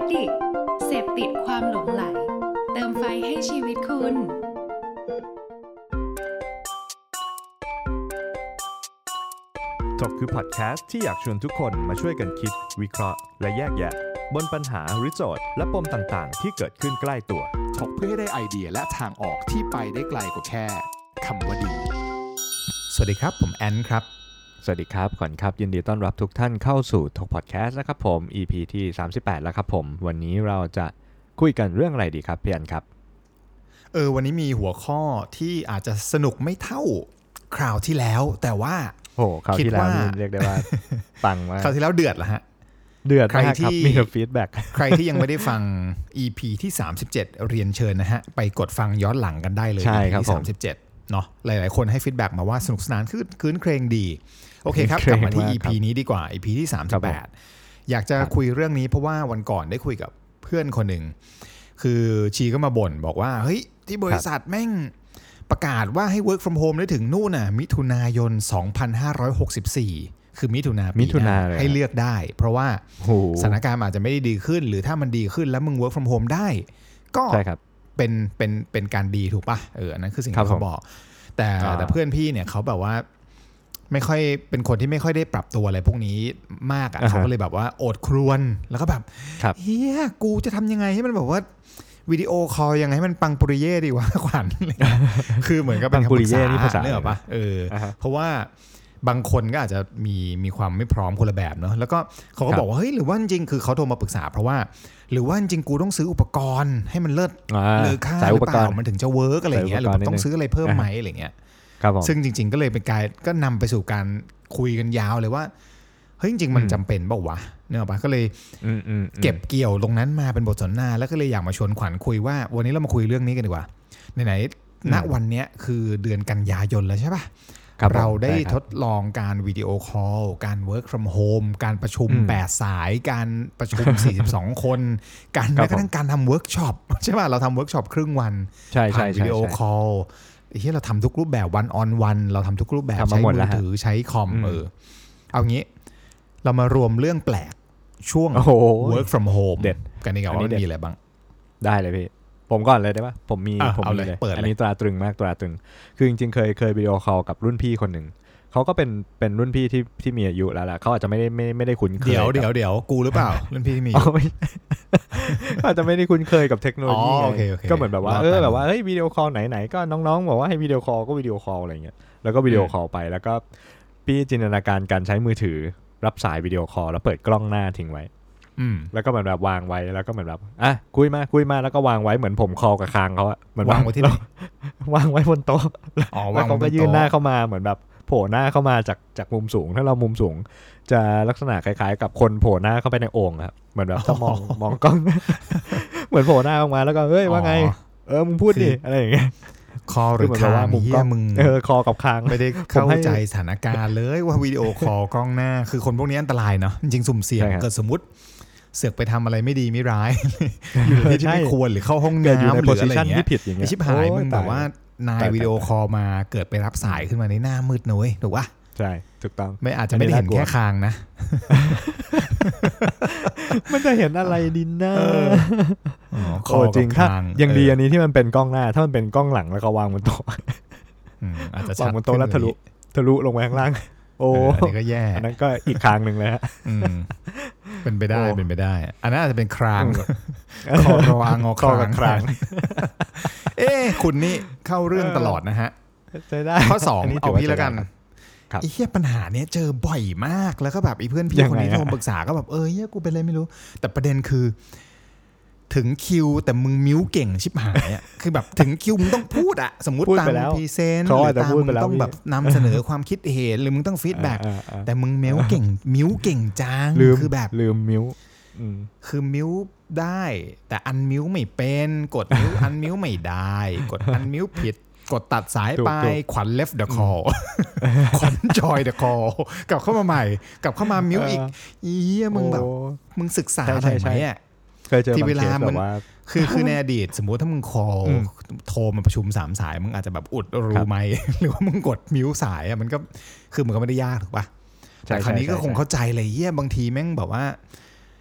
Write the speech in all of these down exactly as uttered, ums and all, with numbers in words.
Addict เสพติดความหลงใหลเติมไฟให้ชีวิตคุณถกคือพอดแคสต์ที่อยากชวนทุกคนมาช่วยกันคิดวิเคราะห์และแยกแยะบนปัญหาหรือโจทย์และปมต่างๆที่เกิดขึ้นใกล้ตัวถกเพื่อให้ได้ไอเดียและทางออกที่ไปได้ไกลกว่าแค่คำว่าดีสวัสดีครับผมแอนครับสวัสดีครับขวัญครับยินดีต้อนรับทุกท่านเข้าสู่ถกพอดแคสต์นะครับผม อี พี ที่สามสิบแปดแล้วครับผมวันนี้เราจะคุยกันเรื่องอะไรดีครับพี่อันครับเออวันนี้มีหัวข้อที่อาจจะสนุกไม่เท่าคราวที่แล้วแต่ว่าโอ้คราวที่แล้วนี่เรียกได้ว่าปังมากคราวที่แล้วเดือดเหรอฮะเดือดมากครับมีแต่ฟีดแบ็กใครที่ยังไม่ได้ฟัง อี พี ที่สามสิบเจ็ดเรียนเชิญนะฮะไปกดฟังย้อนหลังกันได้เลยใช่อีครับพี ที่สามสิบเจ็ดเนาะหลายๆคนให้ฟีดแบ็กมาว่าสนุกสนานคืนเครงดีโอเคครับกลับมาที่ อี พี นี้ดีกว่า อี พี ที่สามสิบแปดอยากจะคุยเรื่องนี้เพราะว่าวันก่อนได้คุยกับเพื่อนคนหนึ่งคือชีก็มาบ่นบอกว่าเฮ้ยที่บริษัทแม่งประกาศว่าให้ work from home ได้ถึงนู่นน่ะมิถุนายนสองพันห้าร้อยหกสิบสี่คือมิถุนาปีหน้าให้เลือกได้เพราะว่าสถานการณ์อาจจะไม่ได้ดีขึ้นหรือถ้ามันดีขึ้นแล้วมึง work from home ได้ก็เป็นเป็นเป็นการดีถูกป่ะเอออันนั้นคือสิ่งที่เขาบอกแต่แต่เพื่อนพี่เนี่ยเขาแบบว่าไม่ค่อยเป็นคนที่ไม่ค่อยได้ปรับตัวอะไรพวกนี้มากอ่ะเขาก็เลยแบบว่าโอดครวญแล้วก็แบบเฮียกูจะทำยังไงให้มันแบบว่าวิดีโอคอลยังไงให้มันปังปุริเย่ดีวะขวัญคือเหมือนกับเป็นคำปรึกษาเนี่ยหรอปะเออเพราะว่าบางคนก็อาจจะมีมีความไม่พร้อมคนละแบบเนาะแล้วก็เขาก็บอกว่าเฮ้ยหรือว่าจริงคือเขาโทรมาปรึกษาเพราะว่าหรือว่าจริงกูต้องซื้ออุปกรณ์ให้มันเลิศหรือค่าหรือเปล่ามันถึงจะเวิร์กอะไรเงี้ยหรือต้องซื้ออะไรเพิ่มไหมอะไรเงี้ยซึ่งจริงๆก็เลยเป็นการก็นำไปสู่การคุยกันยาวเลยว่าเฮ้ยจริงๆมันจำเป็นเปล่าวะเนี่ยป่ะก็เลยเก็บเกี่ยวตรงนั้นมาเป็นบทสนทนาแล้วก็เลยอยากมาชวนขวัญคุยว่าวันนี้เรามาคุยเรื่องนี้กันดีกว่าไหนๆณวันนี้คือเดือนกันยายนแล้วใช่ป่ะเราได้ทดลองการวิดีโอคอลการ work from home การประชุมแปดสายการประชุมสี่สิบสองคนการแม้กระทั่งการทำเวิร์กช็อปใช่ป่ะเราทำเวิร์กช็อปครึ่งวันผ่านวิดีโอคอลที่เราทำทุกรูปแบบ one on one เราทำทุกรูปแบบใช้มือถือใช้คอมเออเอางี้เรามารวมเรื่องแปลกช่วง work from home เด็ดกันดีกว่าว่ามีอะไรบ้างได้เลยพี่ผมก่อนเลยได้ป่ะผมมีผมมีเลยอันนี้ตราตรึงมากตราตรึงคือจริงๆเคยเคยวิดีโอคอลกับรุ่นพี่คนหนึ่งเขาก็เป็นเป็นรุ่นพี่ที่ที่มีอายุแล้วแหละเขาอาจจะไม่ได้ไม่ไม่ได้คุ้นเคยเดี๋ยวเดี๋ยวเดี๋ยวกูหรือเปล่ารุ่นพี่ที่มีอาจจะไม่ได้คุ้นเคยกับเทคโนโลยีก็เหมือนแบบว่าเออแบบว่าเฮ้ยวิดีโอคอลไหนๆก็น้องๆบอกว่าให้วิดีโอคอลก็วิดีโอคอลอะไรเงี้ยแล้วก็วิดีโอคอลไปแล้วก็พี่จินตนาการการใช้มือถือรับสายวิดีโอคอลแล้วเปิดกล้องหน้าทิ้งไว้แล้วก็เหมือนแบบวางไว้แล้วก็เหมือนแบบอ่ะคุยมาคุยมาแล้วก็วางไว้เหมือนผมคอกับคางเขาอะเหมือนวางไว้ที่ไหนวางไว้บนโต๊ะแล้วเขาก็ยื่นหน้าเข้ามาเหมือนแบบโผล่หน้าเข้ามาจากจากมุมสูงถ้าเรามุมสูงจะลักษณะคล้ายๆกับคนโผล่หน้าเข้าไปในโอ่งครับเหมือนแบบถ้ามองมองกล้องเหมือนโผล่หน้าออกมาแล้วก็เฮ้ยว่าไงเออมึงพูดดิอะไรอย่างเงี้ยคอหรือคางเหี้ยมึงเออคอกับคางไม่ได้เข้าใจสถานการณ์เลยว่าวิดีโอคอลกล้องหน้าคือคนพวกนี้อันตรายเนาะจริงๆสุ่มเสี่ยงเกิดสมมติเสือกไปทำอะไรไม่ดีไม่ร้ายอยู่ในที่ไม่ควรหรือเข้าห้องน้ำหรืออะไรอย่างเงี้ยชิบหายมึงแบบว่านายวิดีโอคอลมาเกิดไปรับสายขึ้นมาในหน้ามืดนุ้ยถูกป่ะใช่ถูกต้องไม่อาจจะไม่ได้เห็นแค่คางนะมันจะเห็นอะไรดินหน้าคอจริงถ้ายังดีอันนี้ที่มันเป็นกล้องหน้าถ้ามันเป็นกล้องหลังแล้วก็วางบนโต๊ะอาจจะวางบนโต๊ะแล้วทะลุทะลุลงไปข้างล่างโอ้อันนี้ก็แย่อันนั้นก็อีกคางนึงเลยฮะเป็นไปได้เป็นไปได้อันนั้นอาจจะเป็นครางคอรอางอคางครางเอ๊ะคุณนี่เข้าเรื่องตลอดนะฮะข้อสองเอาพี่แล้วกันไอ้เหี้ยปัญหาเนี้ยเจอบ่อยมากแล้วก็แบบไอ้เพื่อนพี่คนนี้โทรปรึกษาก็แบบเออเหี้ยกูเป็นอะไรไม่รู้แต่ประเด็นคือถึงคิวแต่มึงมิ้วเก่งชิบหายอ่ะคือแบบถึงคิวมึงต้องพูดอ่ะสมมุติตามพรีเซนต์หรือตามมึงต้องแบบนำเสนอความคิดเห็นหรือมึงต้องฟีดแบ็กแต่มึงมิ้วเก่งมิ้วเก่งจังคือแบบลืมมิ้วคือมิ้วได้แต่อันมิ้วไม่เป็นกดมิ้วอันมิ้วไม่ได้กดอันมิ้วผิดกดตัดสายไปขวัญ left the call ขวัญ joy the call กลับเข้ามาใหม่กลับเข้ามามิ้วอีกเอี้ยมึงแบบมึงศึกษาหน่อยไหมอ่ะที่เวลามันคือคือในอดีตสมมุติถ้ามึง call โทรมาประชุมสามสายมึงอาจจะแบบอุดรูไหมหรือว่ามึงกดมิ้วสายอ่ะมันก็คือมันก็ไม่ได้ยากถูกป่ะแต่คราวนี้ก็คงเข้าใจเลยเหี้ยบางทีแม่งแบบว่า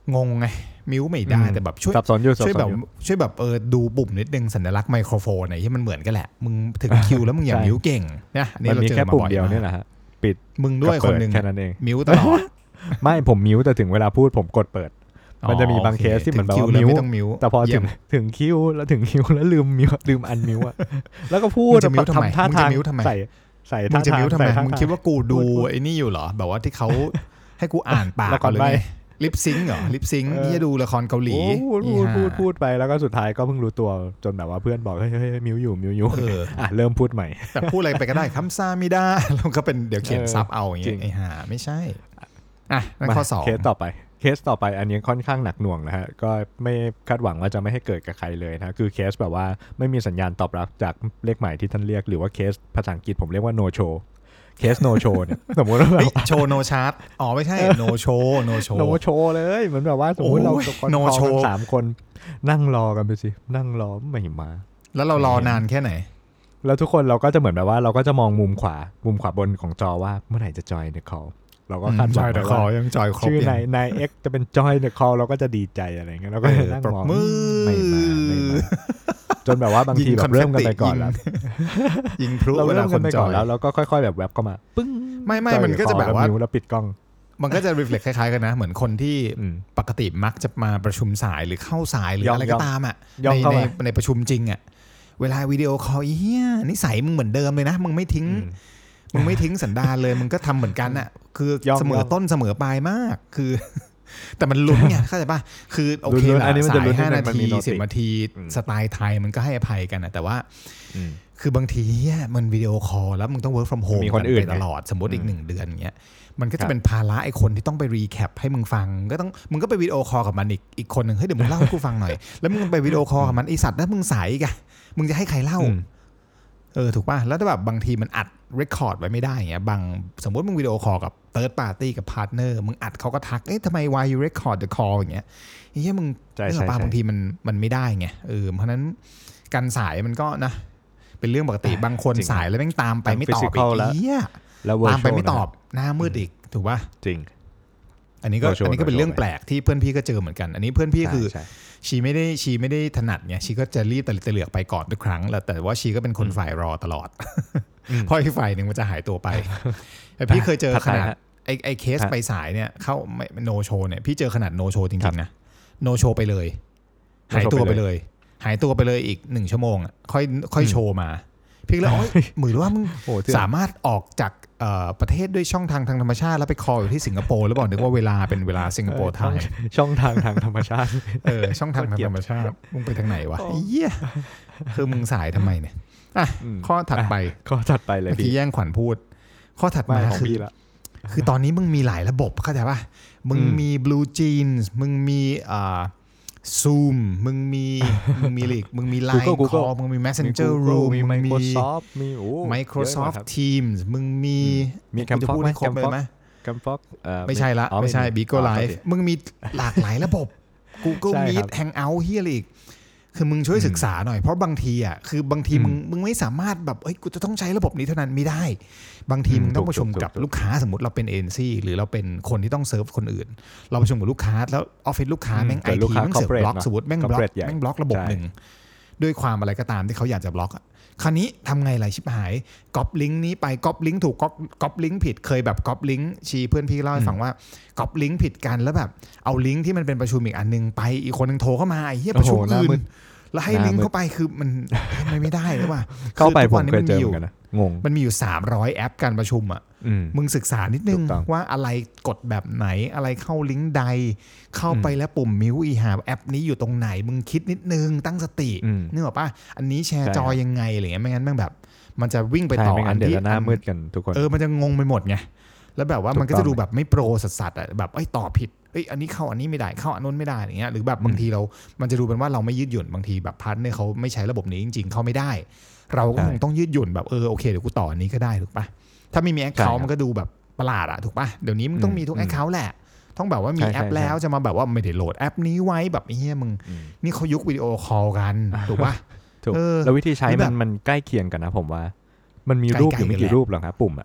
งงไงมิวไม่ได้แต่แบบช่วยสับสนอยู่ช่วยแบบช่วยแบบเออดูปุ่มนิดนึงสัญลักษณ์ไมโครโฟนไหนที่มันเหมือนกันแหละมึงถึงคิวแล้วมึงอย่ามิวเก่งนะนี่เราเจอมาบ่อยมันมีแค่ปุ่มเดียวนี่แหละฮะปิดมึงด้วยคนนึงแค่นั้นเองมิวตลอดไม่ผมมิวแต่ถึงเวลาพูดผมกดเปิดมันจะมีบางเคสที่เหมือนแบบว่ามิวแต่พอถึงถึงคิวแล้วถึงคิวแล้วลืมมิวลืมอันมิวอะแล้วก็พูดจะมิวทำท่าทางใส่ใส่ท่าทางมิวทำไมมึงคิดว่ากูดูไอ้นี่อยู่เหรอแบบว่าที่เขาให้กูอ่านปากก่อนเลยลิปซิงค์เหรอลิปซิงค์ที่จะดูละครเกาหลีพูดพูดพูดพูดไปแล้วก็สุดท้ายก็เพิ่งรู้ตัวจนแบบว่าเพื่อนบอกเฮ้ยเฮ้ยมิวอยู่มิวอยู่อ่ะเริ่มพูดใหม่แต่พูดอะไรไปก็ได้คำซาไม่ได้แล้วก็เป็นเดี๋ยวเขียนซับเอาอย่างเงี้ยไอ้ห่าไม่ใช่อ่ะนั่นข้อสองเคสต่อไปเคสต่อไปอันนี้ค่อนข้างหนักหน่วงนะฮะก็ไม่คาดหวังว่าจะไม่ให้เกิดกับใครเลยนะคือเคสแบบว่าไม่มีสัญญาณตอบรับจากเลขหมายที่ท่านเรียกหรือว่าเคสภาษาอังกฤษผมเรียกว่า no show เคส no show เนี่ยสมมติว่าโชว์ no chart อ๋อไม่ใช่ no show no show no show เลยเหมือนแบบว่าสมมติเราตกคน no show สามคนนั่งรอกันไปสินั่งรอไม่มาแล้วเรารอนานแค่ไหนแล้วทุกคนเราก็จะเหมือนแบบว่าเราก็จะมองมุมขวามุมขวาบนของจอว่าเมื่อไหร่จะจอยในคอลเราก็คาดหวังว่ายังจอยครบชื่อนายนาย X จะเป็นจอยในคอลเราก็จะดีใจอะไรเงี้ยเราก็นั่งมองไม่มาไม่มาจนแบบว่าบางทีแบบเริ่มกันไปก่อนแล้วยิงพลุเราเริ่มกันไปก่อนแล้วเราก็ค่อยๆแบบแวบเข้ามาปึ้งไม่ไม่มันก็จะแบบว่าแล้วปิดกล้องมันก็จะ reflect คล้ายๆกันนะเหมือนคนที่ปกติมักจะมาประชุมสายหรือเข้าสายหรืออะไรก็ตามอ่ะในในในประชุมจริงอ่ะเวลาวิดีโอคอลเฮียนิสัยมึงเหมือนเดิมเลยนะมึงไม่ทิ้งมึงไม่ทิ้งสันดานเลยมึงก็ทำเหมือนกันอ่ะคือเสมอต้นเสมอปลายมากคือแต่มันลุ้นไงเข้าใจป่ะคือโอเคละสายห้านาทีสิบนาทีสไตล์ไทยมันก็ให้อภัยกันนะแต่ว่าคือบางทีมันวิดีโอคอลแล้วมึงต้อง work from home กันไปตลอดสมมติอีกหนึ่งเดือนเงี้ยมันก็จะเป็นภาระไอ้คนที่ต้องไปรีแคปให้มึงฟังก็ต้องมึงก็ไปวิดีโอคอลกับมันอีกอีกคนนึงเฮ้ยเดี๋ยวมึงเล่าให้กูฟังหน่อยแล้วมึงไปวิดีโอคอลกับมันไอสัตว์แล้วมึงสายอีกอะมึงจะให้ใครเล่าเออถูกป่ะแล้วถ้าแบบบางทีมันอัดเรคคอร์ดไว้ไม่ได้เงี้ยบางสมมติมึงวิดีโอคอลกับเติร์ดปาร์ตี้กับพาร์ทเนอร์มึงอัดเขาก็ทักเอ๊ะทำไม why you record the call อย่างเงี้ยเฮ้ยมึงเรื่องป่ะบางทีมันมันไม่ได้ไงเออเพราะนั้นการสายมันก็นะเป็นเรื่องปกติบางคนสายแล้วแม่งตามไปไม่ตอบอีกเหี้ยตามไปไม่ตอบหน้ามืดอีกถูกป่ะจริงอันนี้ก็อันนี้ก็เป็นเรื่องแปลกที่เพื่อนพี่ก็เจอเหมือนกันอันนี้เพื่อนพี่คือชีไม่ได้ชีไม่ได้ถนัดไงชีก็จะรีบแต่เหลือกไปก่อนทุกครั้งแล้วแต่ว่าชีก็เป็นคนฝ่ายรอตลอดเพราะอีกฝ่ายหนึ่งมันจะหายตัวไปแต่พี่เคยเจอขนาดไอ้ไอ้เคสไปสายเนี่ยเข้าโนโชเนี่ยพี่เจอขนาดโนโชจริงๆนะโนโชไปเลยหายตัวไปเลยหายตัวไปเลยอีกหนึ่งชั่วโมงค่อยค่อยโชว์มาพี่ก็เลยอ๋อเหมือนว่ามึงสามารถออกจากประเทศด้วยช่องทางทางธรรมชาติแล้วไปคออยู่ที่สิงคโปร์แล้วบอกนึกว่าเวลาเป็นเวลาสิงคโปร์ไทม์ช่องทางทางธรรมชาติเออช่องทางทางธรรมชาติมึงไปทางไหนวะเหี้ยคือมึงสายทำไมเนี่ยอ่ะข้อถัดไปข้อถัดไปเลยพี่แย่งขวัญพูดข้อถัดมาคือคือตอนนี้มึงมีหลายระบบเข้าใจป่ะมึงมี Blue Jeans มึงมีอ่าZoom มึงมีมึงมีลิกมึงมี Line Call มึงมี Messenger Room มี Microsoft มีโอ้ Microsoft Teams มึงมีมี Camfox มั้ย Camfox เอ่อไม่ใช่ละไม่ใช่ Bigo Live มึงมีหลากหลายระบบ Google Meet Hangout เหี้ยอีกคือมึงช่วยศึกษาหน่อยเพราะบางทีอ่ะคือบางทีมึงมึงไม่สามารถแบบเอ้ยกูจะต้องใช้ระบบนี้เท่านั้นไม่ได้บางทีมึงต้องประชุมกับลูกค้าสมมติเราเป็นเอ็นซีหรือเราเป็นคนที่ต้องเซิร์ฟคนอื่นเราประชุมกับลูกค้าแล้วออฟฟิศลูกค้าแม่งไอทีแม่งเสิร์ฟบล็อกสมมติแม่งบล็อกแม่งบล็อกระบบหนึ่งด้วยความอะไรก็ตามที่เขาอยากจะบล็อกคราวนี้ทำไงไรชิบหายก๊อปลิงก์นี้ไปก๊อปลิงก์ถูกก๊อปก๊อปลิงก์ผิดเคยแบบก๊อปลิงก์ชีเพื่อนพี่เล่าให้ฟังว่าก๊อปลิงก์ผิดกันแล้วแบบเอาลิงก์ที่มันเป็นประชุมอีกอันนึงไปอีกคนนึงโทรเข้ามาไอ้เหี้ยประชุมอื่นแล้วให้ลิงก์เข้าไปคือมันมันไม่ได้หรือเปล่าเข้าไปผมเคยเจอเหมือนกันนะงงมันมีอยู่สามร้อยแอปการประชุมอ่ะมึงศึกษานิดนึงว่าอะไรกดแบบไหนอะไรเข้าลิงก์ใดเข้าไปแล้วปุ่มมิวอีหาแอปนี้อยู่ตรงไหนมึงคิดนิดนึงตั้งสตินึกออกป่ะอันนี้แชร์จอยังไงอะไรเงี้ยไม่งั้นแม่งแบบมันจะวิ่งไปต่ออันที่หน้ามืดกันทุกคนเออมันจะงงไปหมดไงแล้วแบบว่ามันก็จะดูแบบไม่โปรสัสๆอ่ะแบบไอ้ต่อผิดเอ้ยอันนี้เข้าอันนี้ไม่ได้เข้าอันนู้นไม่ได้อย่างเงี้ยหรือแบบบางทีเรามันจะดูเป็นว่าเราไม่ยืดหยุ่นบางทีแบบพาร์ทเนอร์เขาไม่ใช้ระบบนี้จริงๆเขาไม่ได้เราก็คงต้องยืดหยุ่นแบบเออโอเคเดี๋ยวกูต่ออันนี้ก็ได้ถูกป่ะถ้าไม่มีแอคเคาท์มันก็ดูแบบประหลาดอะถูกป่ะเดี๋ยวนี้มันต้องมีทุกแอคเคาท์แหละต้องแบบว่ามีแอปแล้วจะมาแบบว่าไม่ได้โหลดแอปนี้ไว้แบบเฮียมึงนี่เขายุควิดีโอคอลกันถูกป่ะถูกแล้ววิธีใช้มันมันใกล้เคียงกันนะผมว่ามันมีรูปอยู่ไม่กี่รูปหรอกครับปุ่มอะ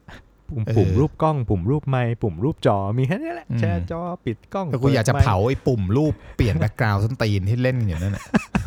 ปุ่มปุ่มรูปกล้องปุ่มรูปไมค์ปุ่มรูปจอมีแค่นี้แหละแชร์จอปิดกล้องกูอยากจะเผาไอ้ปุ่มรูปเปลี่ยนแบ็คกราวด์ส้นตีนที่เล่นอยู่นั่นแหละ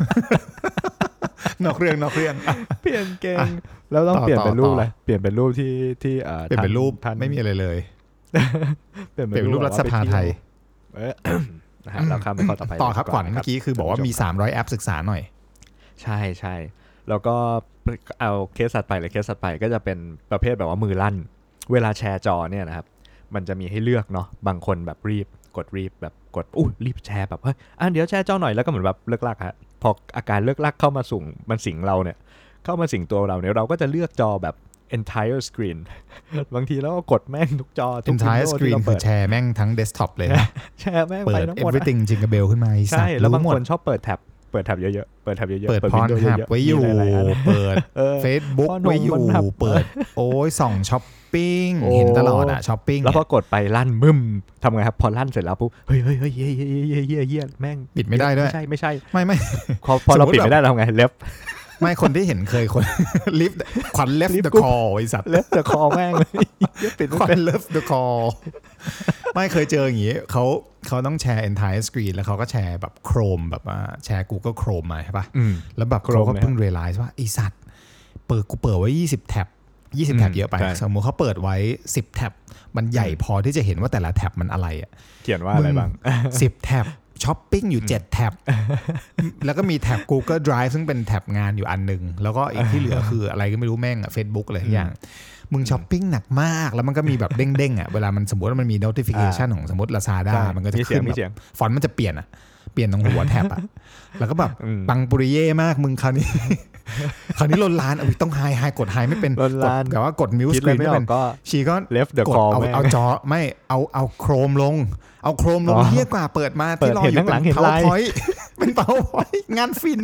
นอกเรื่องนอกเรื่องเปลี่ยนเก่งแล้วต้องเปลี่ยนเป็นรูปอะไรเปลี่ยนเป็นรูปที่ที่เอ่อเปลี่ยนเป็นรูปไม่มีอะไรเลยเปลี่ยนเป็นรูปรัฐสภาไทยเออนะครับเราข้ามไปข้อต่อไปต่อครับก่อนเมื่อกี้คือบอกว่ามีสามร้อยแอปศึกษาหน่อยใช่ๆแล้วก็เอาเคสถัดไปเลยเคสถัดไปก็จะเป็นประเภทแบบว่ามือลั่นเวลาแชร์จอเนี่ยนะครับมันจะมีให้เลือกเนาะบางคนแบบรีบกดรีบแบบกดอู้รีบแชร์แบบเฮ้ยอ่ะเดี๋ยวแชร์จอหน่อยแล้วก็เหมือนแบบเลิกลักฮะพออาการเลิกลักเข้ามาสุ่งมันสิงเราเนี่ยเข้ามาสิงตัวเราเนี่ยเราก็จะเลือกจอแบบ entire screen บางทีแล้วก็กดแม่งทุกจอทุก entire screen คือแชร์แม่งทั้ง desktop เลยนะแชร์แม่งไปทั้งหมด everything jingle bell ขึ้นมาใช่แล้วบางคนชอบเปิดแท็บเปิดแท็บเยอะๆเปิดแท็บเยอะๆเปิดพรแท็บไว้อยู่เปิด Facebook ไว้อยู่เปิดโอ้ยส่องช้อปปิ้งเห็นตลอดอ่ะช้อปปิ้งแล้วพอกดไปลั่นบึ้มทำไงครับพอลั่นเสร็จแล้วปุ๊บเฮ้ยเฮ้ยเฮ้ยเฮ้ยเฮ้ยเฮ้ยเฮ้ยเฮ้ยแม่งปิดไม่ได้ด้วยไม่ใช่ไม่ใช่ไม่ไม่พอเราปิดไม่ได้เราทำไงเล็บไม่คนที่เห็นเคยคนลิฟต์ขวัญเล็บเดอะคอไอสัตว์เล็บเดอะคอแม่งเลยปิดขวัญเล็บเดอะคอไม่เคยเจออย่างงี้เขาเขาต้องแชร์ entire screen แล้วเขาก็แชร์แบบ Chrome แบบว่าแชร์ Google Chrome มาใช่ป่ะแล้วแบบเขาก็เพิ่ง realize ว่าไอสัตว์เปิดกูเปิดไว้ยี่สิบแท็บยี่สิบแท็บเยอะไปสมมุติเขาเปิดไว้สิบแท็บมันใหญ่พอที่จะเห็นว่าแต่ละแท็บมันอะไรอ่ะเขียนว่าอะไรบ้างสิบแท็บช้อปปิ้งอยู่เจ็ดแท็บแล้วก็มีแท็บ Google Drive ซึ่งเป็นแท็บงานอยู่อันนึงแล้วก็อีกที่เหลือคืออะไรก็ไม่รู้แม่งอ่ะ Facebook อะไรทุกอย่างมึงช้อปปิ้งหนักมากแล้วมันก็มีแบบเด้งๆอ่ะเวลามันสมมติว่ามันมี notification ของสมมติ Lazada มันก็จะขึ้นแบบฟอนต์มันจะเปลี่ยนอ่ะเปลี่ยนตรงหัวแท็บอ่ะแล้วก็แบบปังปุริเย่มากมึงคราวนี้คราวนี้ลนล้านเอาต้องไฮไฮกดไฮไม่เป็นกดแต่ว่ากดมิวสกรีนไม่เป็นชีก็กดเอาเอาจอไม่เอาเอาโครมลงเอาโครมลงเหี้ยกว่าเปิดมาที่รออยู่เป็น PowerPoint เป็น PowerPoint งานฟิน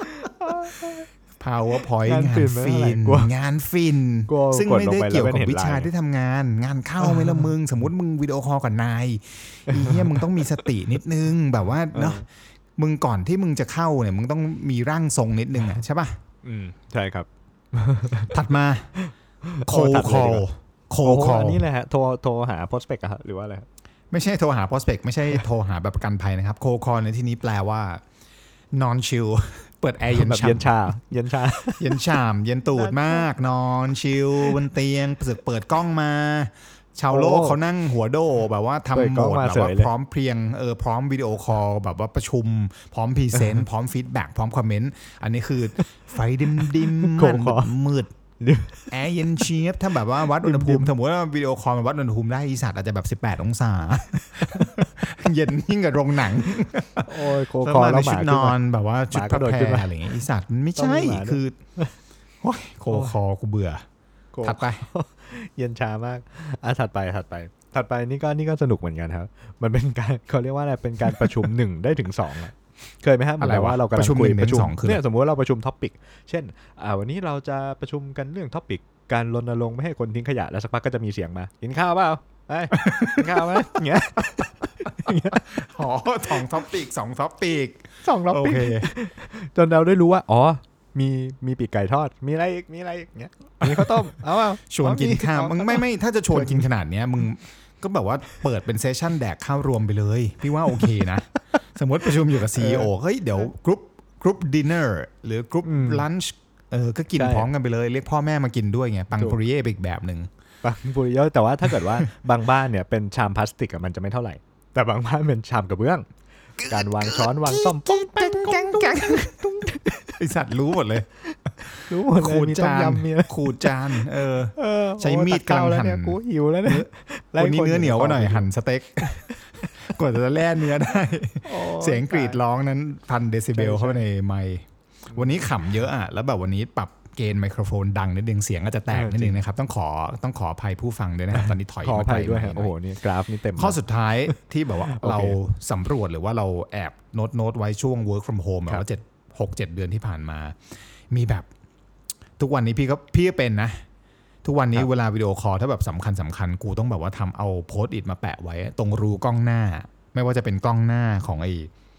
PowerPoint งานฟินงานฟินซึ่งไม่ได้เกี่ยวกับวิชาที่ทำงานงานเข้าไหมล่ะมึงสมมติมึงวิดีโอคอลกับนายอีเหี้ยมึงต้องมีสตินิดนึงแบบว่าเนาะมึงก่อนที่มึงจะเข้าเนี่ยมึงต้องมีร่างทรงนิดนึงอ่ะใช่ป่ะอืมใช่ครับถัดมาโคคอลโคคอลอันนี้แหละฮะโทรโทรหา prospect อ่ะหรือว่าอะไรไม่ใช่โทรหา prospect ไม่ใช่โทรหาแบบประกันภัยนะครับโคคอลในที่นี้แปลว่า non chill เปิดแอร์เย็นเย็นชาเย็นชาเย็นชามเย็นตูดมากนอนชิลบนเตียงเปิดเปิดกล้องมาชาวโลกเขานั่งหัวโดแบบว่าทำโหมดแบบว่าพร้อมเพรียงเออพร้อมวิดีโอคอลแบบว่าประชุมพร้อมพรีเซนต์พร้อมฟีดแบ็กพร้อมคอมเมนต์อันนี้คือไฟดิมดิมมืดแอร์เย็นเชียบถ้าแบบว่าวัดอุณหภูมิสมมติว่าวิดีโอคอลมาวัดอุณหภูมิได้อีสัตว์อาจจะแบบสิบแปดองศาเย็นยิ่งกับโรงหนังโอ้ยโคคอลแล้วหมานอนแบบว่าชุดกระแพรอะไรอย่างเงี้ยอีสัตว์ไม่ใช่คือโอ้ยโคคอกูเบื่อถัดไปเย็นชามากอ่ะถัดไปถัดไปถัดไปนี่ก็นี่ก็สนุกเหมือนกันครับมันเป็นการเขาเรียกว่าอะไรเป็นการประชุมหนึ่งได้ถึงสองอ่ะเคยไหมฮะอะไรว่าเรากำลังคุยประชุมเนี่ยสมมติว่าเราประชุมท็อปิกเช่นอ่าวันนี้เราจะประชุมกันเรื่องท็อปิกการรณรงค์ไม่ให้คนทิ้งขยะแล้วสักพักก็จะมีเสียงมากินข้าวเปล่าไปกินข้าวไหมเงี้ยอ๋อสองท็อปิกสองท็อปิกสองท็อปิกจนเราได้รู้ว่าอ๋อมีมีปีกไก่ทอดมีอะไรอีกมีอะไรอีกเงี้ยมีข้าวต้มเอาเปล่าชวนกินข้าวมึงไม่ไม่ถ้าจะชวนกินขนาดเนี้ยมึงก็แบบว่าเปิดเป็นเซสชั่นแดกข้าวรวมไปเลยพี่ว่าโอเคนะสมมติประชุมอยู่กับ ซี อี โอ เฮ้ยเดี๋ยวกรุ๊ปกรุ๊ปดินเนอร์หรือกรุ๊ปลันช์เออก็กินพร้อมกันไปเลยเรียกพ่อแม่มากินด้วยไงปังปุริเย่อีกแบบนึงปังปุริเย่แต่ว่าถ้าเกิดว่าบางบ้านเนี่ยเป็นชามพลาสติกมันจะไม่เท่าไหร่แต่บางบ้านเป็นชามกระเบื้องการวางช้อนวางส้อมป้องแป้งก้องก้องไอสัตว์รู้หมดเลยรู้หมดเลยมีต้มยำมีขูดจานเออใช้มีดกลางหั่นกูหิวแล้วเนี่ยวันนี้เนื้อเหนียวก็หน่อยหั่นสเต็กกว่าจะแล่เนื้อได้เสียงกรีดร้องนั้นพันเดซิเบลเข้าในไมค์วันนี้ขำเยอะอ่ะแล้วแบบวันนี้ปรับเกณฑ์ไมโครโฟนดังนิดนึงเสียงก็จะแตกนิดนึงนะครับต้องขอต้องขออภัยผู้ฟังด้วยนะครับตอนนี้ถอยมาไกลด้วยโอ้โหนี่กราฟนี่เต็มข้อสุดท้ายที่แบบว่าเราสำรวจหรือว่าเราแอบโน้ตโน้ตไว้ช่วง work from home แบบว่าเจ็ด หก เจ็ดเดือนที่ผ่านมามีแบบทุกวันนี้พี่ก็พี่ก็เป็นนะทุกวันนี้เวลาวิดีโอคอลถ้าแบบสำคัญสำคัญกูต้องแบบว่าทำเอาโพสต์อิทมาแปะไว้ตรงรูกล้องหน้าไม่ว่าจะเป็นกล้องหน้าของไอ้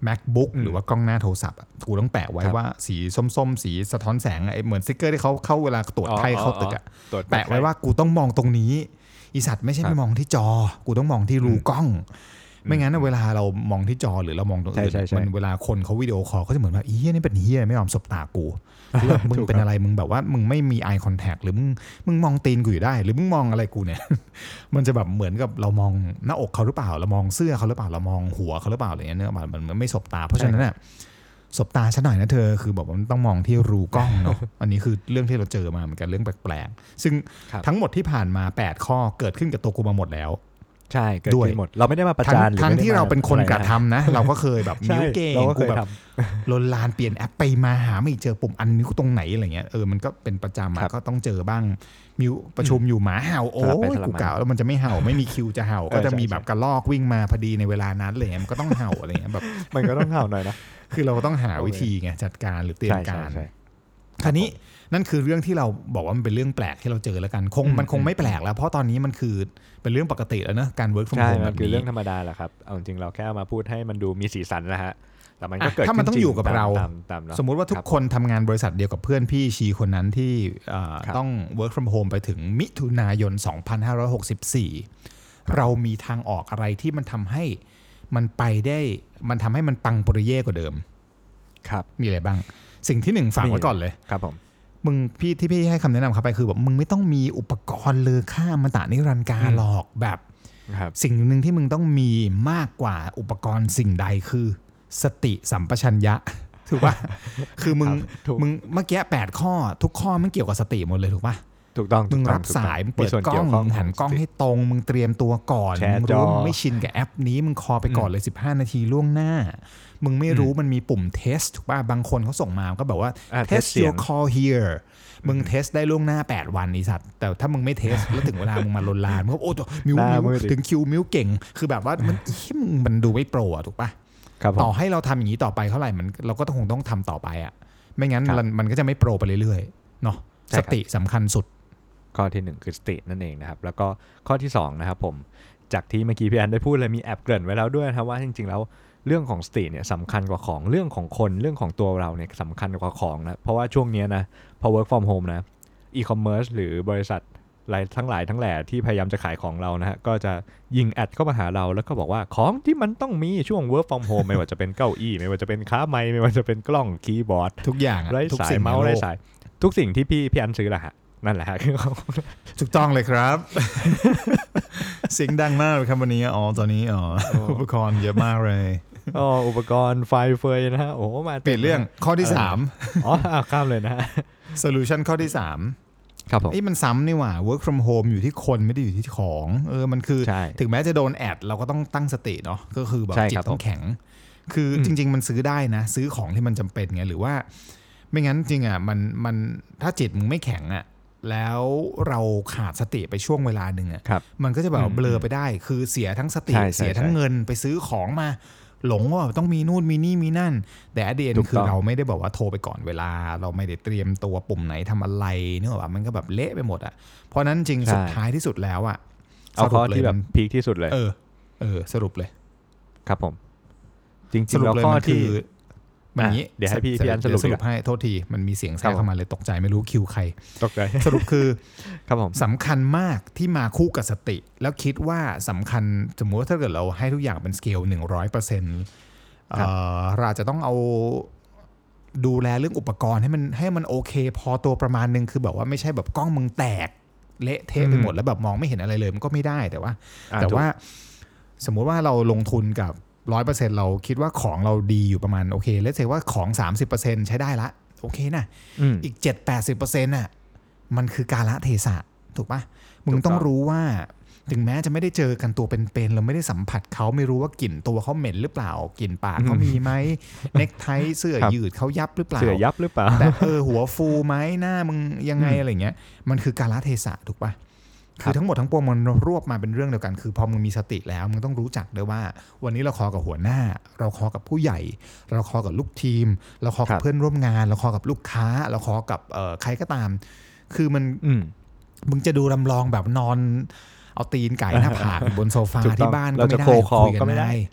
MacBook หรือว่ากล้องหน้าโทรศัพท์กูต้องแปะไว้ว่าสีส้มๆสีสะท้อนแสงไอ้เหมือนสติ๊กเกอร์ที่เขาเข้าเวลาตรวจไข้เข้าตึกอ่ะแปะไว้ว่ากูต้องมองตรงนี้อีสัตว์ไม่ใช่ไปมองที่จอกูต้องมองที่รูกล้องไม่งั้นเวลาเรามองที่จอหรือเรามองตรงอื่นมันเวลาคนเขาวิดีโอคอลก็จะเหมือนว่าอีเหี้ยนี่เป็นเหี้ยไม่ยอมสบตากูหรือแบบมึงเป็นอะไรมึงแบบว่ามึงไม่มี eye contact หรือมึงมึงมองตีนกูอยู่ได้หรือมึงมองอะไรกูเนี่ยมันจะแบบเหมือนกับเรามองหน้าอกเขาหรือเปล่าเรามองเสื้อเขาหรือเปล่าเรามองหัวเขาหรือเปล่าอะไรเงี้ยเนื้อมันมันไม่สบตาเพราะฉะนั้นเนี่ยสบตาฉันหน่อยนะเธอคือแบบมันต้องมองที่รูกล้องเนาะอันนี้คือเรื่องที่เราเจอมาเหมือนกันเรื่องแปลกๆซึ่งทั้งหมดที่ผ่านมาแปดข้อเกิดขึ้นกับตัวกูมาหมดแล้วใช่เกิดขึ้นหมดเราไม่ได้มาประจานหรือทั้งที่เราเป็นคนกระทำนะเราก็เคยแบบนิ้วเก่งกูแบบลนลานเปลี่ยนแอปไปมาหาไม่เจอปุ่มอันนิ้วตรงไหนอะไรเงี้ยเออมันก็เป็นประจำก็ต้องเจอบ้างมิวประชุมอยู่หมาเห่าโอ้ยกูกะแล้วมันจะไม่เห่าไม่มีคิวจะเห่าก็จะมีแบบกระลอกวิ่งมาพอดีในเวลานั้นอะไรเงี้ยมันก็ต้องเห่าอะไรเงี้ยแบบมันก็ต้องเห่าหน่อยนะคือเราต้องหาวิธีไงจัดการหรือเตรียมการคราวนี้นั่นคือเรื่องที่เราบอกว่ามันเป็นเรื่องแปลกที่เราเจอแล้วกันคงมันคงไม่แปลกแล้วเพราะตอนนี้มันคือเป็นเรื่องปกติแล้วเนอะการ work from home แบบนี้คือเรื่องธรรมดาแหละครับเอาจริงเราแค่มาพูดให้มันดูมีสีสันนะฮะแต่มันก็เกิดถ้ามันต้องอยู่กับเราสมมุติว่าทุกคนทำงานบริษัทเดียวกับเพื่อนพี่ชีคนนั้นที่ต้อง work from home ไปถึงมิถุนายนสองพันห้าร้อยหกสิบสี่เรามีทางออกอะไรที่มันทำให้มันไปได้มันทำให้มันปังปริเย่กว่าเดิมครับมีอะไรบ้างสิ่งที่หนึ่งฝากไว้ก่อนเลยครับผมมึงพี่ที่พี่ให้คำแนะนำเขาไปคือแบบมึงไม่ต้องมีอุปกรณ์เลอค่ามาตะนิรันดร์การหรอกแบบสิ่งหนึ่งที่มึงต้องมีมากกว่าอุปกรณ์สิ่งใดคือสติสัมปชัญญะถูกป่ะคือมึงมึงเมื่อกี้แปดข้อทุกข้อมันเกี่ยวกับสติหมดเลยถูกป่ะถูกต้องมึงรับสายมึงเปิดกล้องมึงหันกล้องให้ตรงมึงเตรียมตัวก่อนมึงรู้มึงไม่ชินกับแอปนี้มึงคอไปก่อนเลยสิบห้านาทีล่วงหน้ามึงไม่รู้มันมีปุ่มเทสถูกป่ะบางคนเขาส่งมาก็แบบว่า test your call here มึงเทสได้ล่วงหน้าแปดวันนี่สัตว์แต่ถ้ามึงไม่เทสแล้วถึงเวลามึงมาลนลานมึงก็โอ้มิวมิวถึงคิวมิวเก่งคือแบบว่ามันมันดูไม่โปรอ่ะถูกป่ะต่อให้เราทำอย่างนี้ต่อไปเท่าไหร่มันเราก็ต้องคงต้องทำต่อไปอ่ะไม่งั้นมันก็จะไม่โปรไปเรื่อยๆเนาะสติสำคัญสุดข้อที่หนึ่งคือสตินั่นเองนะครับแล้วก็ข้อที่สองนะครับผมจากที่เมื่อกี้พี่แอนได้พูดเลยมีแอบเกริ่นไว้แล้วด้วยนะครับว่าจริงๆแล้วเรื่องของสติเนี่ยสำคัญกว่าของเรื่องของคนเรื่องของตัวเราเนี่ยสำคัญกว่าของนะเพราะว่าช่วงนี้นะพอ work from home นะอีคอมเมิร์ซหรือบริษัทหลายทั้งหลายทั้งแหล่ที่พยายามจะขายของเรานะฮะก็จะยิงแอดเข้ามาหาเราแล้วก็บอกว่าของที่มันต้องมีช่วง work from home ไม่ว่าจะเป็นเก้าอี้ไม่ว่าจะเป็นค้าไมค์ไม่ว่าจะเป็นกล้องคีย์บอร์ดทุกอย่างไร้สายเมาส์ไร้สายทุกสิ่งที่พี่พี่อันซื้อแหละฮะนั่นแหละฮะถูกต้องเลยครับเสียงดังมากเลยครับวันนี้อ๋อตอนนี้อ๋ออุปกรณ์เยอะมากเลยอ๋ออุปกรณ์ไฟเฟยนะฮะโอ้มาเปลี่ยนเรื่องข้อที่สามอ๋อข้ามเลยนะฮะ solution ข้อที่สามครับผมไอ้มันซ้ำนี่หว่า work from home อยู่ที่คนไม่ได้อยู่ที่ของเออมันคือถึงแม้จะโดนแอดเราก็ต้องตั้งสติเนาะก็คือแบบจิตต้องแข็งคือจริงๆมันซื้อได้นะซื้อของที่มันจำเป็นไงหรือว่าไม่งั้นจริงอ่ะมันมันถ้าจิตมึงไม่แข็งอ่ะแล้วเราขาดสติไปช่วงเวลาหนึ่งอ่ะมันก็จะแบบเบลอไปได้คือเสียทั้งสติเสียทั้งเงินไปซื้อของมาหลงว่าต้องมีนู่นมีนี่มีนั่นแต่อดีตคือเราไม่ได้บอกว่าโทรไปก่อนเวลาเราไม่ได้เตรียมตัวปุ่มไหนทำอะไรเนอะว่ามันก็แบบเละไปหมดอ่ะเพราะนั้นจริงสุดท้ายที่สุดแล้วอ่ะเอาข้อที่แบบพีคที่สุดเลยเออเออสรุปเลยครับผมจริงๆแล้วข้อที่มันนี้เดี๋ยวให้พี่พี่อันสรุปสรุปให้โทษทีมันมีเสียงแทรกเข้ามาเลยตกใจไม่รู้คิวใครตกใจสรุปคือครับผมสำคัญมากที่มาคู่กับสติแล้วคิดว่าสำคัญสมมติว่าถ้าเกิดเราให้ทุกอย่างเป็นสเกล หนึ่งร้อยเปอร์เซ็นต์ เอ่อเราจะต้องเอาดูแลเรื่องอุปกรณ์ให้มันให้มันโอเคพอตัวประมาณนึงคือแบบว่าไม่ใช่แบบกล้องมึงแตกเละเทะไปหมดแล้วแบบมองไม่เห็นอะไรเลยมันก็ไม่ได้แต่ว่าแต่ว่าสมมุติว่าเราลงทุนกับ หนึ่งร้อยเปอร์เซ็นต์ เราคิดว่าของเราดีอยู่ประมาณโอเคเลทเซว่าของ สามสิบเปอร์เซ็นต์ ใช้ได้ละโอเคนะอีก เจ็ดถึงแปดสิบเปอร์เซ็นต์ น่ะมันคือกาลเทศะถูกป่ะมึงต้องรู้ว่าถึงแม้จะไม่ได้เจอกันตัวเป็นๆเราไม่ได้สัมผัสเขาไม่รู้ว่ากลิ่นตัวเขาเหม็นหรือเปล่ากลิ่นปากเขามีไหมเน็กไทเสื้อยืดเขายับหรือเปล่าเสื้อยับหรือเปล่าแต่เออหัวฟูไหมหน้ามึงยังไงอะไรเงี้ยมันคือกาลเทศะถูกป่ะคือทั้งหมดทั้งปวงมันรวบมาเป็นเรื่องเดียวกันคือพอมึงมีสติแล้วมึงต้องรู้จักด้วยว่าวันนี้เราคอกับหัวหน้าเราคอกับผู้ใหญ่เราคอกับลูกทีมเราคอกับเพื่อนร่วมงานเราคอกับลูกค้าเราคอกับเอ่อใครก็ตามคือมันมึงจะดูลำลองแบบนอนเอาตีนไก่หน้าผากบนโซฟาที่บ้านก็ไม่ได้คุยกันไม่ได้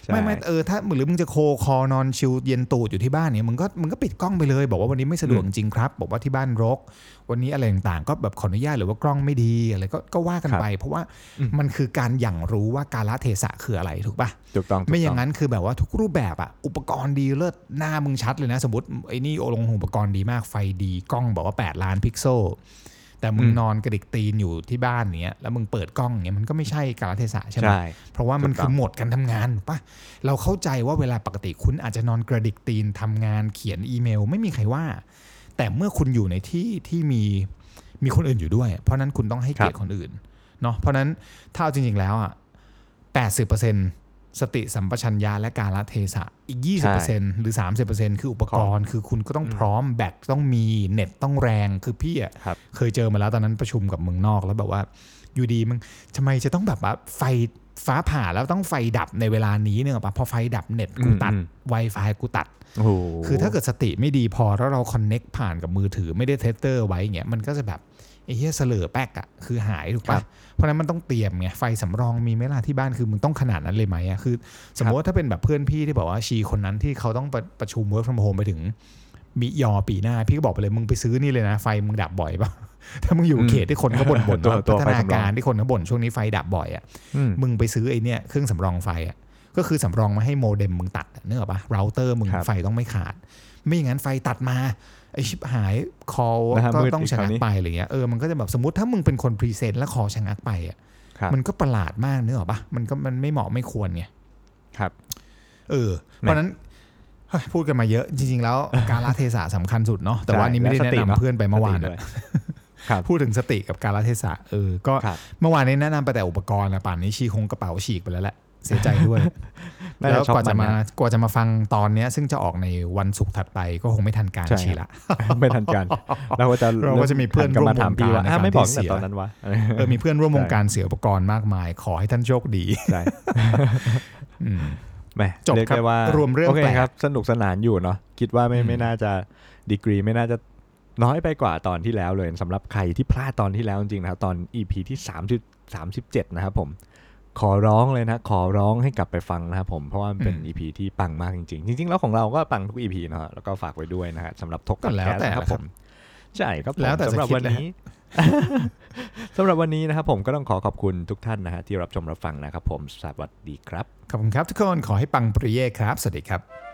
ไม่ไม่เออถ้าหรือมึงจะโคคอนอนชิลเย็นตูดอยู่ที่บ้านเนี่ยมึงก็มึงก็ปิดกล้องไปเลยบอกว่าวันนี้ไม่สะดวกจริงครับบอกว่าที่บ้านรกวันนี้อะไรต่างๆก็แบบขออนุญาตหรือว่ากล้องไม่ดีอะไรก็ก็ว่ากันไปเพราะว่ามันคือการหยั่งรู้ว่ากาลเทศะคืออะไรถูกป่ะถูกต้องไม่อย่างนั้นคือแบบว่าทุกรูปแบบอะอุปกรณ์ดีเลิศหน้ามึงชัดเลยนะสมมติไอ้นี่โอลงอุปกรณ์ดีมากไฟดีกล้องบอกว่าแปดล้านพิกเซลแต่มึงนอนกระดิกตีนอยู่ที่บ้านเนี้ยแล้วมึงเปิดกล้องเนี้ยมันก็ไม่ใช่กาลเทศะใช่ไหมเพราะว่ามันคือโหมดการทำงานถูกปะเราเข้าใจว่าเวลาปกติคุณอาจจะนอนกระดิกตีนทำงานเขียนอีเมลไม่มีใครว่าแต่เมื่อคุณอยู่ในที่ที่มีมีคนอื่นอยู่ด้วยเพราะนั้นคุณต้องให้เกียรติคนอื่นเนาะเพราะนั้นถ้าจริงๆแล้วอ่ะ แปดสิบเปอร์เซ็นต์ สติสัมปชัญญะและกาลเทศะอีก ยี่สิบเปอร์เซ็นต์ หรือ สามสิบเปอร์เซ็นต์ คืออุปกรณ์คือคุณก็ต้องพร้อมแบตต้องมีเน็ตต้องแรงคือพี่อ่ะเคยเจอมาแล้วตอนนั้นประชุมกับเมืองนอกแล้วแบบว่าอยู่ดีมึงทำไมจะต้องแบบว่าไฟฟ้าผ่าแล้วต้องไฟดับในเวลานี้เนี่ยป่ะพอไฟดับเน็ตกูตัด Wi-Fi กูตัดคือถ้าเกิดสติไม่ดีพอแล้วเราคอนเน็กผ่านกับมือถือไม่ได้เทสเตอร์ไว้เงี้ยมันก็จะแบบไอ้เหี้ยเสลอแป๊กอ่ะคือหายถูกป่ะเพราะนั้นมันต้องเตรียมไงไฟสำรองมีไหมล่ะที่บ้านคือมึงต้องขนาดนั้นเลยไหมอ่ะคือสมมติว่าถ้าเป็นแบบเพื่อนพี่ที่บอกว่าชีคนนั้นที่เขาต้องประชุม work from home ไปถึงมิยอปีหน้าพี่ก็บอกไปเลยมึงไปซื้อนี่เลยนะไฟมึงดับบ่อยป่ะถ้ามึงอยู่เขตที่คนเขาบ่นบ่นพัฒนาการที่คนเขาบ่นช่วงนี้ไฟดับบ่อยอ่ะมึงไปซื้อไอ้เนี่ยเครื่องสำรองไฟอ่ะก็คือสำรองมาให้โมเด็มมึงตัดเนอะป่ะเราเตอร์มึงไฟต้องไม่ขาดไม่อย่างนั้นไฟตัดมาไอชิบหายคอก็ต้องชะงักไปอะไรเงี้ยเออมันก็จะแบบสมมติถ้ามึงเป็นคนพรีเซนต์แล้วคอชะงักไปอ่ะมันก็ประหลาดมากเนอะป่ะมันก็มันไม่เหมาะไม่ควรไงครับเออเพราะนั้นพูดกันมาเยอะจริงๆแล้วกาลเทศะสำคัญสุดเนาะแต่ว่านี้ไม่ได้แนะนำเพื่อนไปเมื่อวานพูดถึงสติกับกาลเทศะเออก็เมื่อวานนี้แนะนำไปแต่อุปกรณ์นะป่านนี้ชีคงกระเป๋าฉีกไปแล้วแหละเสียใจด้วยแล้วกว่าจะมากว่าจะมาฟังตอนนี้ซึ่งจะออกในวันศุกร์ถัดไปก็คงไม่ทันการชีละไม่ทันการเราก็จะเราก็จะมีเพื่อนร่วมวงการไม่บอกแต่ตอนนั้นวะเออมีเพื่อนร่วมวงการเสียอุปกรณ์มากมายขอให้ท่านโชคดีใช่แหมจบครับรวมเรื่องแปลกสนุกสนานอยู่เนาะคิดว่าไม่ไม่น่าจะดีกรีไม่น่าจะน้อยไปกว่าตอนที่แล้วเลยสำหรับใครที่พลาดตอนที่แล้วจริงๆนะครับตอน อี พี ที่สามสิบเจ็ดนะครับผมขอร้องเลยนะขอร้องให้กลับไปฟังนะครับผมเพราะว่ามันเป็น อี พี ที่ปังมากจริงๆจริงๆแล้วของเราก็ปังทุก อี พี นะฮะแล้วก็ฝากไว้ด้วยนะฮะสำหรับทกกันแล้วครับผมใช่ครับผมสำหรับวันนี้สำหรับวันนี้นะครับผมก็ต้องขอขอบคุณทุกท่านนะฮะที่รับชมรับฟังนะครับผมสวัสดีครับขอบคุณครับทุกคนขอให้ปังปริเย่ครับสวัสดีครับ